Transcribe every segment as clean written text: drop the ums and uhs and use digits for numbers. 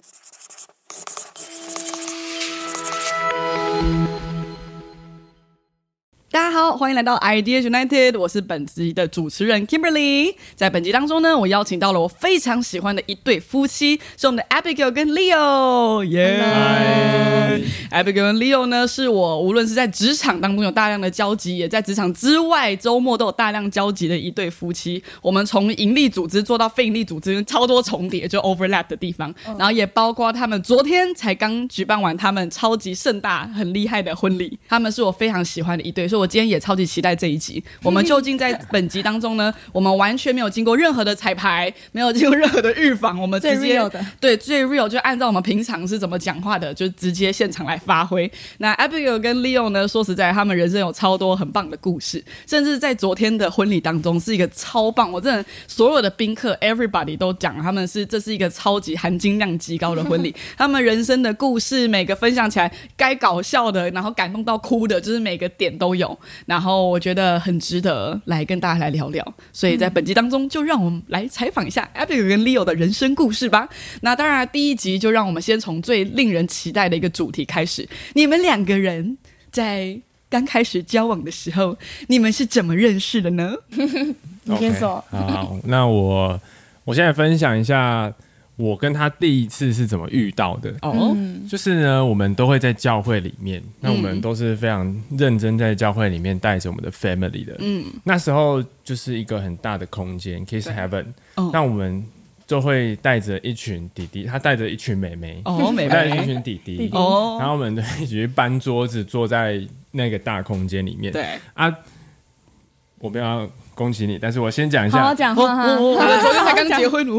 大家好，欢迎来到 Ideas United， 我是本集的主持人 Kimberly。 在本集当中呢，我邀请到了我非常喜欢的一对夫妻，是我们的 Abigail 跟 Leo。 Abigail 跟 Leo 呢，是我无论是在职场当中有大量的交集，也在职场之外周末都有大量交集的一对夫妻。我们从盈利组织做到非盈利组织，超多重叠就 overlap 的地方，然后也包括他们昨天才刚举办完他们超级盛大很厉害的婚礼。他们是我非常喜欢的一对，所以我今天也超级期待这一集。我们究竟在本集当中呢，我们完全没有经过任何的彩排，没有经过任何的预防，我们直接最 real 的， 对，最 real 就按照我们平常是怎么讲话的，就直接现场来发挥。那 Abigail 跟 Leo 呢，说实在他们人生有超多很棒的故事，甚至在昨天的婚礼当中是一个超棒，我真的所有的宾客 everybody 都讲这是一个超级含金量极高的婚礼。他们人生的故事每个分享起来，该搞笑的，然后感动到哭的，就是每个点都有，然后我觉得很值得来跟大家来聊聊。所以在本集当中就让我们来采访一下 Abigail 跟 Leo 的人生故事吧。那当然第一集就让我们先从最令人期待的一个主题开始，你们两个人在刚开始交往的时候，你们是怎么认识的呢？ 你先说。 好，那我现在分享一下我跟他第一次是怎么遇到的。就是呢，我们都会在教会里面，那我们都是非常认真在教会里面带着我们的 family 的。那时候就是一个很大的空间 Kiss Heaven，那我们就会带着一群弟弟，他带着一群妹妹，带着一群弟弟，然后我们就一起去搬桌子，坐在那个大空间里面。对啊，我不要恭喜你，但是我先讲一下。 好好讲话哈。 他昨天才刚结婚。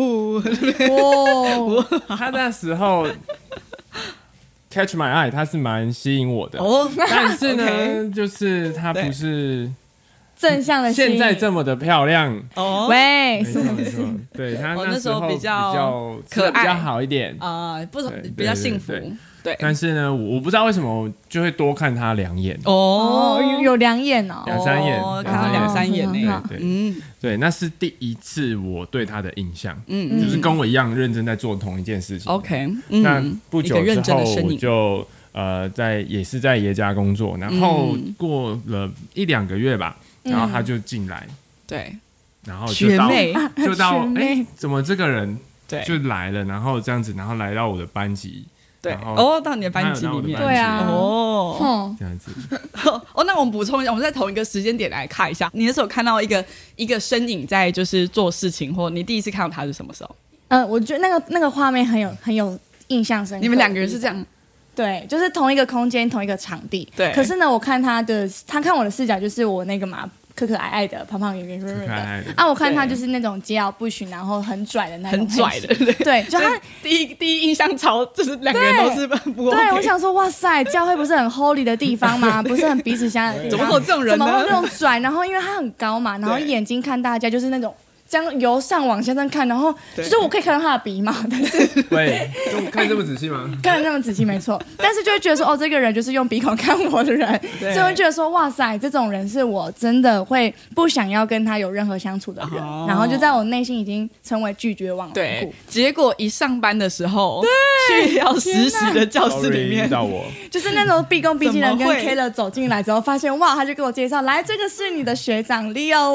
他那时候 catch my eye， 他是蛮吸引我的。但是呢，就是他不是正向的吸引， 现在这么的漂亮。 喂， 没错没错，对，他那时候比较可爱， 比较好一点不是比较幸福。对， 但是呢，我不知道为什么我就会多看他2眼。 有2眼哦 ，2-3眼， 看到2-3眼呢。 对，那是第一次我对他的印象，就是跟我一样认真在做同一件事情。 OK， 那不久之后我就也是在爷家工作，然后过了1-2个月吧，然后他就进来， 对， 然后学妹就到怎么这个人就来了，然后这样子，然后来到我的班级。对， 到你的班级里面。 对啊， 这样子。 那我们补充一下，我们在同一个时间点来看一下，你那时候看到一个身影在就是做事情，或你第一次看到他是什么时候？ 我觉得那个画面很有印象深刻。 你们2个人是这样？ 对，就是同一个空间，同一个场地。对。可是呢，我看他看我的视角，就是我那个嘛。可爱爱的，胖胖圆圆润润的。我看他就是那种桀骜不驯，然后很拽的那种， 很拽的。 对，就他第一印象就是2个人都是不 OK。 对，我想说，哇塞，教会不是很 holy 的地方吗？不是很彼此相爱的地方？ 怎么会有这种人呢？ 怎么会那种拽？然后因为他很高嘛，然后眼睛看大家就是那种。这样由上往下这样看，然后就是我可以看到他的鼻毛，但是对，就看这么仔细吗？ 看得那么仔细，没错。但是就会觉得说，这个人就是用鼻孔看我的人，所以会觉得说，哇塞，这种人是我真的会不想要跟他有任何相处的人，然后就在我内心已经成为拒绝网了。 结果一上班的时候，去要实习的教室里面， 就是那种毕恭毕敬人跟 Kayla 走进来之后，发现哇，他就给我介绍，来，这个是你的学长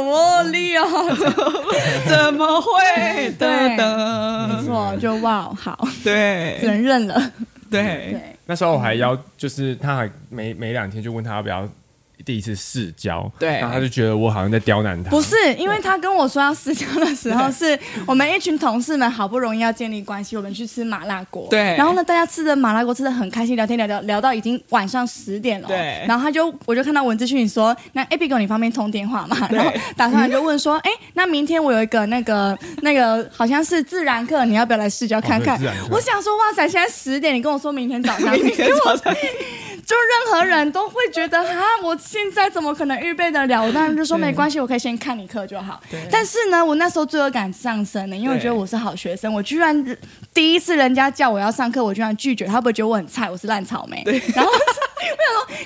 Leo，Leo。 怎么会？ 对，没错，就哇，好， 对， 只能认了。 对， 那时候我还就是他还没2天就问他要不要第一次试交，对，然后他就觉得我好像在刁难他。 不是，因为他跟我说要试交的时候，是我们一群同事们好不容易要建立关系，我们去吃麻辣锅，对，然后呢，大家吃的麻辣锅吃的很开心，聊天聊到已经晚上10点了，对，然后我就看到文字讯说，那 Abigail 你方便通电话嘛？然后打上来就问说，那明天我有一个那个好像是自然课，你要不要来试交看看？我想说，哇塞，现在10点，你跟我说明天早上，就任何人都会觉得我现在怎么可能预备得了？我当然就说没关系，我可以先看你课就好。但是呢，我那时候罪恶感上升了，因为我觉得我是好学生，我居然第一次人家叫我要上课，我居然拒绝，他会不会觉得我很菜，我是烂草莓？然后我想说，可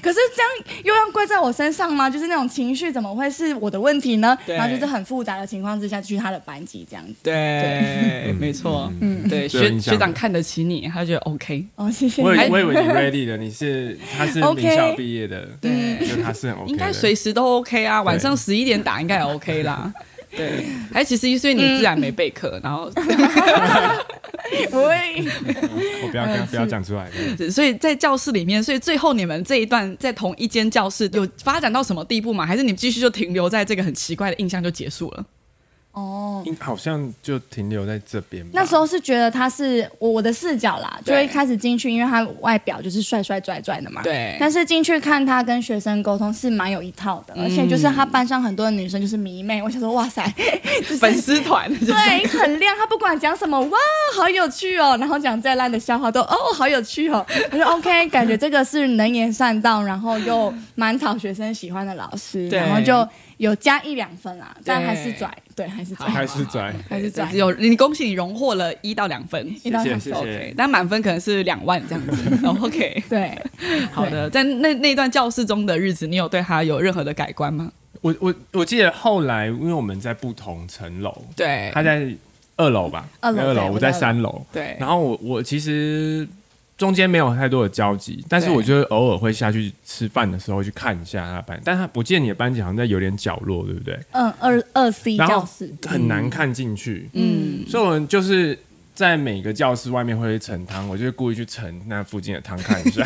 可是这样又要怪在我身上吗？就是那种情绪怎么会是我的问题呢？然后就是很复杂的情况之下去他的班级这样子。 对，没错。对，学长看得起你，他觉得 OK。 哦，谢谢。 我以为你 ready 的，他是名校毕业的，对，就他是很 OK 的， 应该随时都 OK 啊，晚上11点打应该也 OK 啦。对，还其实因为你自然没备课，然后不会， 我不要讲出来。 所以在教室里面，所以最后你们这一段在同一间教室有发展到什么地步吗？还是你继续就停留在这个很奇怪的印象就结束了？ 哦， 好像就停留在这边吧。 那时候是觉得他是我的视角啦，就会开始进去，因为他外表就是帅帅拽拽的嘛。 对。 但是进去看他跟学生沟通是蛮有一套的，而且就是他班上很多的女生就是迷妹，我想说哇塞， 粉丝团， 对，很亮。他不管讲什么，哇，好有趣哦，然后讲再烂的笑话都好有趣哦。我说 OK， 感觉这个是能言善道，然后又蛮讨学生喜欢的老师，然后就有加1-2分啦，但还是拽，对，还是拽， 有你恭喜你荣获了1到2分 ，1到2分， 谢谢。 OK， 但满分可能是2万这样子。OK， 对， 好的，在那段教室中的日子，你有对他有任何的改观吗？ 我记得后来，因为我们在不同层楼， 对， 他在2楼吧，2楼，我在3楼， 对， 然后我其实中间没有太多的交集，但是我就偶尔会下去吃饭的时候去看一下他的班，但我记得你的班级好像在有点角落，对不对 ？2C 教室很难看进去，所以我们就是在每个教室外面会盛汤，我就故意去盛那附近的汤看一下。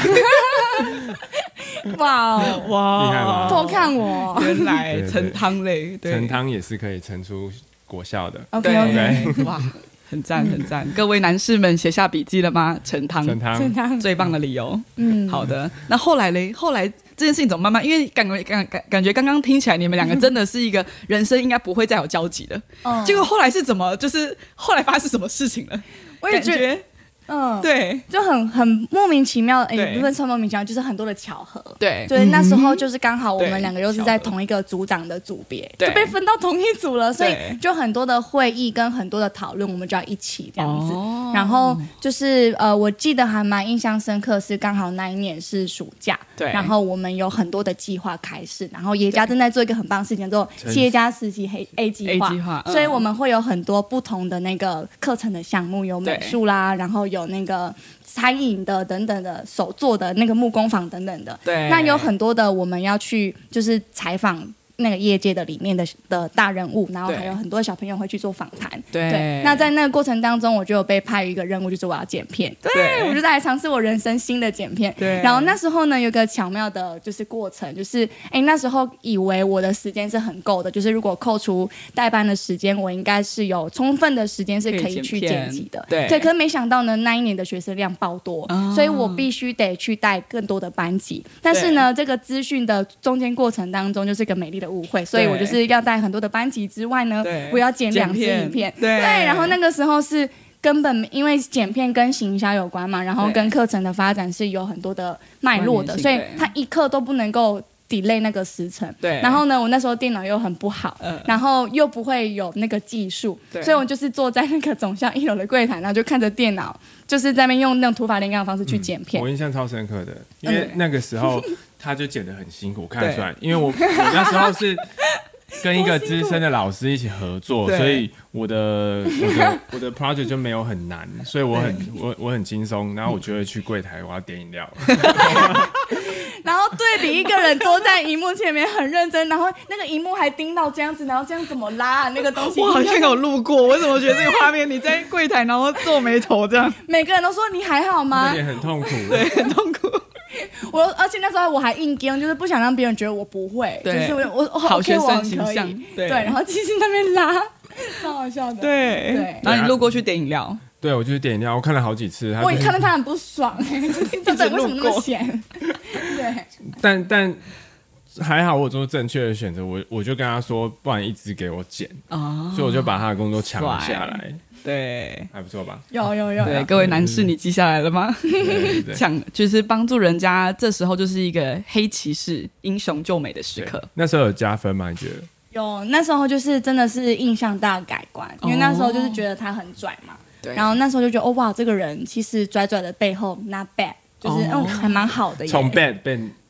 哇， 厉害吗？ 偷看我， 原来盛汤类， 盛汤也是可以盛出果效的。 OK， 哇。很赞很赞，各位男士们写下笔记了吗？盛汤最棒的理由。好的。那后来嘞？后来这件事情怎么慢慢？因为感觉刚刚听起来你们两个真的是一个人生应该不会再有交集的。结果后来是怎么？就是后来发生什么事情了？ 我也觉得。对，就很莫名其妙，也不是说莫名其妙，就是很多的巧合。 对， 那时候就是刚好我们两个又是在同一个组长的组别，就被分到同一组了，所以就很多的会议跟很多的讨论，我们就要一起这样子。然后就是我记得还蛮印象深刻，是刚好那一年是暑假，对，然后我们有很多的计划开始，然后耶加正在做一个很棒的事情，叫做企业家实习A计划，所以我们会有很多不同的那个课程的项目，有美术啦，然后有那个餐饮的等等的手做的那个木工坊等等的，对，那有很多的我们要去就是采访那个业界的里面的大人物，然后还有很多小朋友会去做访谈，对。那在那个过程当中，我就有被派一个任务，就是我要剪片，对，我就在尝试我人生新的剪片，对。然后那时候呢，有个巧妙的就是过程，就是那时候以为我的时间是很够的，就是如果扣除代班的时间，我应该是有充分的时间是可以去剪辑的，对。可是没想到呢，那一年的学生量爆多，所以我必须得去带更多的班级。但是呢，这个资讯的中间过程当中，就是个美丽的误会，所以我就是要带很多的班级之外呢，我要剪2支影片，对。然后那个时候是根本因为剪片跟行销有关嘛，然后跟课程的发展是有很多的脉络的，所以它一刻都不能够delay 那个时程，对。然后呢，我那时候电脑又很不好，然后又不会有那个技术，所以我就是坐在那个总校1楼的柜台，然后就看着电脑，就是在那边用那种土法炼钢的方式去剪片。 我印象超深刻的，因为那个时候他就剪得很辛苦，看得出来，因为我那时候是跟一个资深的老师一起合作，所以我的 project 就没有很难，所以我很轻松，然后我就会去柜台，我要点饮料。 然后对比一个人坐在荧幕前面很认真，然后那个荧幕还盯到这样子，然后这样怎么拉那个东西？ 我好像有路过，我怎么觉得这个画面？你在柜台，然后皱眉头这样， 每个人都说你还好吗？ 也很痛苦， 对，很痛苦。 而且那时候我还硬跟，就是不想让别人觉得我不会，就是我好学生形象， 对，然后继续那边拉，超好笑的， 对。然后你路过去点饮料。 对，我就是点饮料，我看了好几次， 我也看到他很不爽，就是为什么那么闲？对， 但还好我做正确的选择，我就跟他说，不然一直给我剪，所以我就把他的工作抢了下来。 对， 还不错吧？ 有。 对，各位男士，你记下来了吗？抢就是帮助人家，这时候就是一个黑骑士英雄救美的时刻。 那时候有加分吗？你觉得？ 有，那时候就是真的是印象大改观，因为那时候就是觉得他很拽嘛。对，然后那时候就觉得哇，这个人其实拽拽的背后 not bad， 就是还蛮好的耶。 从 bad 变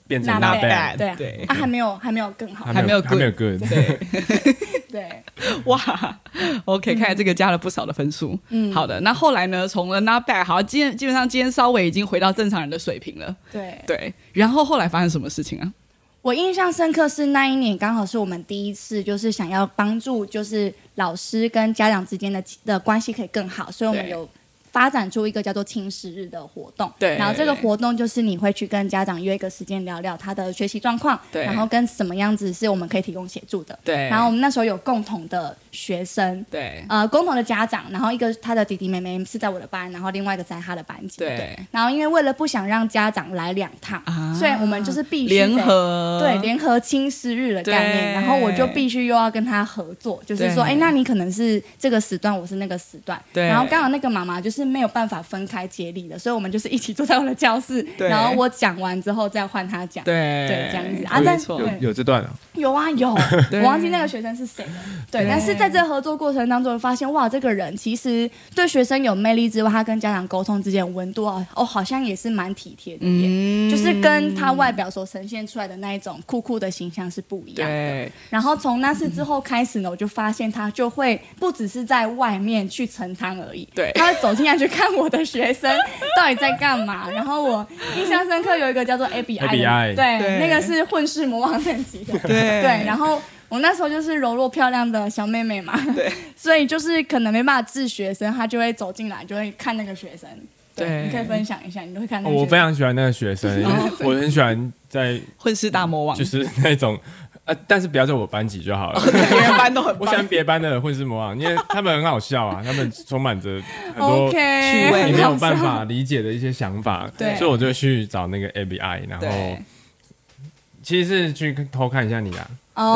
变成 not bad， 对啊，还没有更好， 还没有 good， 对， 哇 ，OK， 看来这个加了不少的分数。好的，那后来呢？从了 not bad， 好，基本上今天稍微已经回到正常人的水平了。对，然后后来发生什么事情啊？ 我印象深刻是那一年刚好是我们第一次，就是想要帮助，就是老师跟家长之间的关系可以更好，所以我们有发展出一个叫做亲师日的活动。 对， 然后这个活动就是你会去跟家长约一个时间聊聊他的学习状况，然后跟什么样子是我们可以提供协助的。 对， 然后我们那时候有共同的学生， 对， 共同的家长，然后一个他的弟弟妹妹是在我的班，然后另外一个在他的班级。 对， 然后因为为了不想让家长来2趟，所以我们就是必须联合亲师日的概念，然后我就必须又要跟他合作，就是说，那你可能是这个时段，我是那个时段，然后刚好那个妈妈就是没有办法分开接力的，所以我们就是一起坐在我的教室，然后我讲完之后再换他讲，对，这样子啊。但有这段啊？ 有啊，我忘记那个学生是谁了。对，但是在这合作过程当中，发现哇，这个人其实对学生有魅力之外，他跟家长沟通之间的温度好像也是蛮体贴的耶，就是跟他外表所呈现出来的那一种酷酷的形象是不一样的。然后从那次之后开始呢，我就发现他就会不只是在外面去盛汤而已，他会走进来去看我的学生到底在干嘛。然后我印象深刻有一个叫做 ABI， 对，那个是混世魔王等级的，对，然后我那时候就是柔弱漂亮的小妹妹嘛，对，所以就是可能没办法治学生，她就会走进来，就会看那个学生。对，你可以分享一下，你都会看那个学生。 我非常喜欢那个学生，因为我很喜欢在混世大魔王， 就是那种但是不要在我班级就好了。 别人班都很棒， 我喜欢别班的混世魔王，因为他们很好笑啊，他们充满着很多趣味， 你没有办法理解的一些想法，所以我就去找那个 ABI， 然后其实是去偷看一下你啊。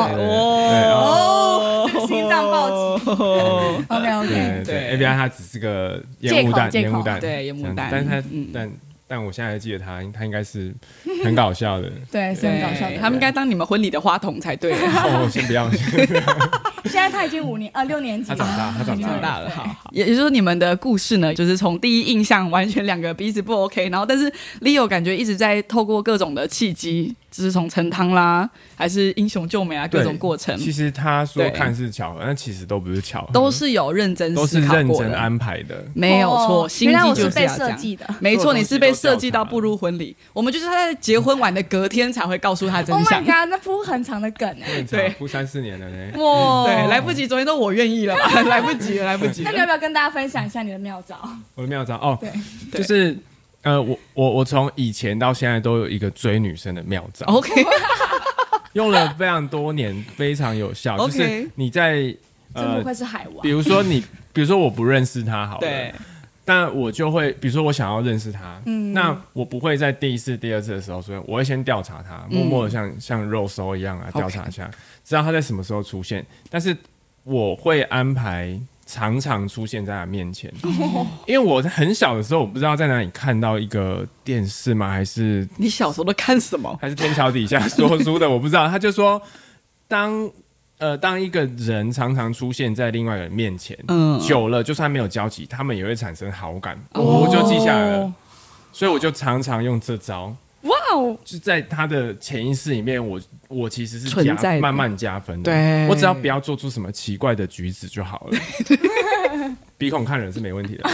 心脏暴击。OK， 对 ，ABI 他只是个烟雾弹， 对，烟雾弹， 但我现在还记得他应该是很搞笑的， 对，是很搞笑的。 他们应该当你们婚礼的花童才对。 先不要。 现在他已经6年级了， 他长大了。好，也就是说你们的故事呢，就是从第一印象完全两个彼此不 OK， 然后但是 Leo 感觉一直在透过各种的契机，就是从盛汤啦，还是英雄救美啊，各种过程。 其实他说看似巧合，但其实都不是巧合， 都是有认真思考过的， 都是认真安排的， 没有错。心机就是被设计的， 没错，你是被设计到步入婚礼。我们就是他在结婚完的隔天才会告诉他真相。 Oh my god， 那铺很长的梗哎， 对，铺3-4年了呢。 哇，对，来不及，昨天都我愿意了吧？来不及了。 那你要不要跟大家分享一下你的妙招？ 我的妙招哦，对，就是我从以前到现在都有一个追女生的妙招。 OK， 用了非常多年，非常有效。就是你在真不愧是海王。 比如说我不认识她好了，对，但我就会，比如说我想要认识她，那我不会在第一次、第二次的时候出现，我会先调查她，默默的像肉搜一样啊，调查一下，知道她在什么时候出现。但是我会安排常常出现在他面前，因为我很小的时候，我不知道在哪里看到一个电视吗？还是你小时候都看什么？ 还是天桥底下说书的？我不知道。他就说，当一个人常常出现在另外一个人面前，久了，就算没有交集，他们也会产生好感。我就记下来了，所以我就常常用这招。 哇哦！ 就在他的潜意识里面，我其实是慢慢加分的。 对， 我只要不要做出什么奇怪的举止就好了。鼻孔看人是没问题的。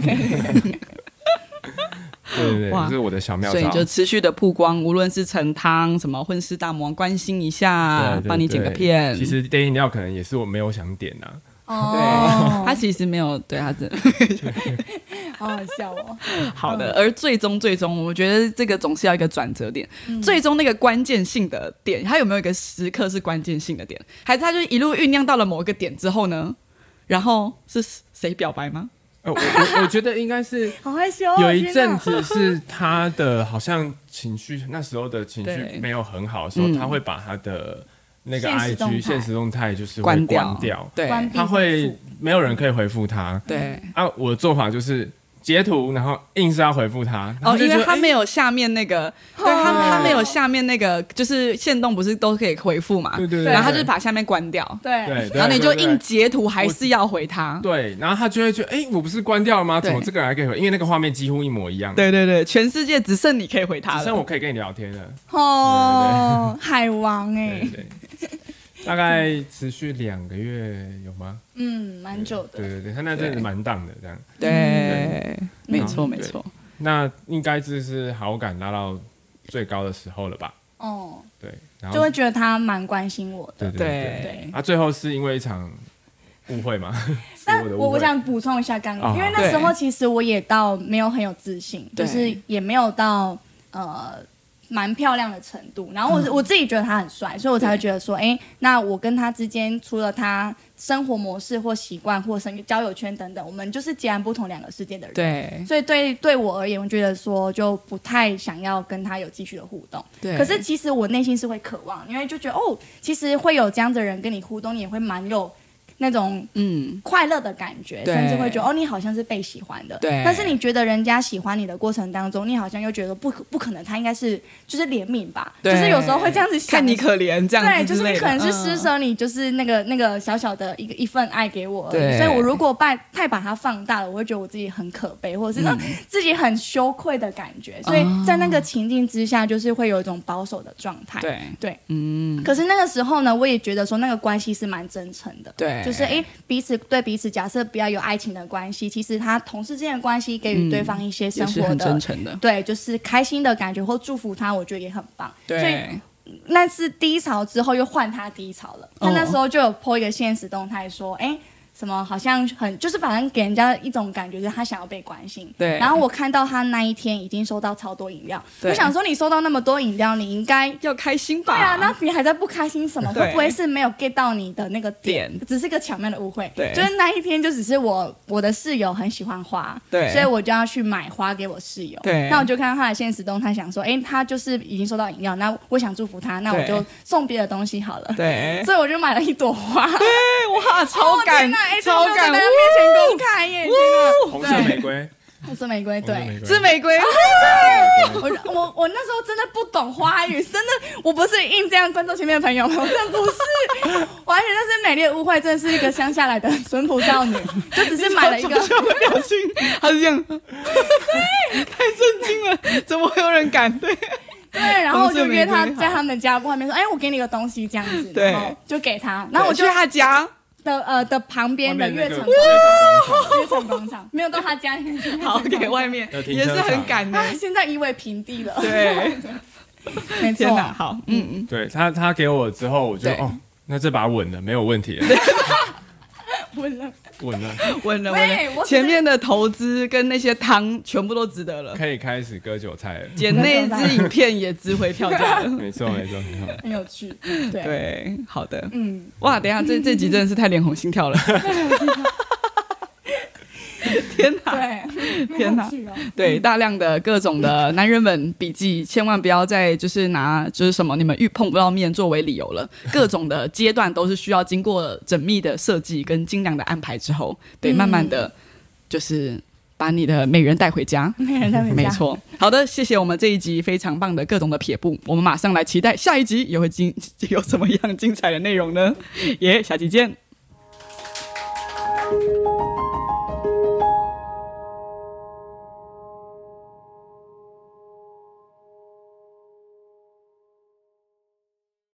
对，这是我的小妙招。 所以就持续的曝光，无论是盛汤什么混世大魔王，关心一下，帮你剪个片。 其实点饮料可能也是我没有想点啊。 对，他其实没有，对他真的好好笑哦。 好的，而最终，我觉得这个总是要一个转折点，最终那个关键性的点，他有没有一个时刻是关键性的点，还是他就一路酝酿到了某一个点之后呢？然后是谁表白吗？ 我觉得应该是好害羞， 有一阵子是他的好像情绪，那时候的情绪没有很好的时候，他会把他的那个 IG 现实动态就是会关掉， 对， 他会没有人可以回复他， 对啊，我的做法就是截图，然后硬是要回复他。 因为他没有下面那个，对他没有下面那个，就是限动不是都可以回复嘛？ 对， 然后他就是把下面关掉， 对， 然后你就硬截图，还是要回他。 对，然后他就会觉得，我不是关掉了吗？怎么这个人还可以回？因为那个画面几乎一模一样。 对，全世界只剩你可以回他了， 只剩我可以跟你聊天了。 哦，海王对，大概持续2个月有吗？ 蛮久的。 对，他那阵子蛮荡的这样。 对，没错。 那应该就是好感拉到最高的时候了吧？对，然后就会觉得他蛮关心我的。 对。最后是因为一场误会吗？ 但我想补充一下刚刚，因为那时候其实我也到没有很有自信，就是也没有到蛮漂亮的程度，然后我自己觉得他很帅，所以我才会觉得说，那我跟他之间除了他生活模式或习惯或交友圈等等，我们就是截然不同2个世界的人。 对， 所以对我而言，我觉得说就不太想要跟他有继续的互动。 对， 可是其实我内心是会渴望，因为就觉得其实会有这样的人跟你互动，你也会蛮有那种快乐的感觉，甚至会觉得你好像是被喜欢的。 对， 但是你觉得人家喜欢你的过程当中，你好像又觉得不可能，他应该是就是怜悯吧？就是有时候会这样子想， 看你可怜这样子。 对，就是你可能是施舍你就是那个小小的一份爱给我而已。所以我如果太把它放大了，我会觉得我自己很可悲，或者是自己很羞愧的感觉。所以在那个情境之下，就是会有一种保守的状态。对，可是那个时候呢，我也觉得说那个关系是蛮真诚的。 对。 就是彼此对彼此，假设不要有爱情的关系，其实他同事之间的关系给予对方一些生活的， 很真诚的， 对，就是开心的感觉或祝福他，我觉得也很棒。 对， 所以那次低潮之后又换他低潮了，他那时候就有 po 一个限时动态说，什么好像就是反正给人家一种感觉，就是他想要被关心。 对。 然后我看到他那一天已经收到超多饮料，我想说你收到那么多饮料，你应该要开心吧？ 对啊，那你还在不开心什么？会不会是没有 get 到你的那个点？只是个巧妙的误会。 对。 就是那一天就只是我的室友很喜欢花， 对， 所以我就要去买花给我室友。 对。 那我就看到他的现实动态，想说，他就是已经收到饮料，那我想祝福他，那我就送别的东西好了。 对。 所以我就买了一朵花。 对，哇，超感，超感。 在面前公开耶，真的红色玫瑰， 红色玫瑰，对， 是玫瑰。 我那时候真的不懂花语，真的，我不是硬这样观众前面的朋友们，我真的不是，完全那是美丽的误会，真的是一个乡下来的淳朴少女，就只是买了一个。 表情，他是这样，对，太震惊了，怎么会有人敢？对， 然后我就约他在他们家外面说，我给你个东西这样子，然后就给他，然后我就去他家。 的旁边的悦城广场，没有到他家， 好给外面也是很赶的， 现在夷为平地了。 对， 没错， 好， 对他给我之后，我就那这把稳了，没有问题了。 稳了，前面的投资跟那些汤全部都值得了， 可以开始割韭菜了。 剪那支影片也值回票价了。 没错， 很有趣。 对，好的，哇，等一下这集真的是太脸红心跳了。天哪！对，大量的各种的男人们笔记，千万不要再就是拿就是什么你们碰不到面作为理由了。各种的阶段都是需要经过缜密的设计跟精良的安排之后，对，慢慢的就是把你的美人带回家。没错。好的，谢谢我们这一集非常棒的各种的撇步，我们马上来期待下一集也会有什么样精彩的内容呢？下集见。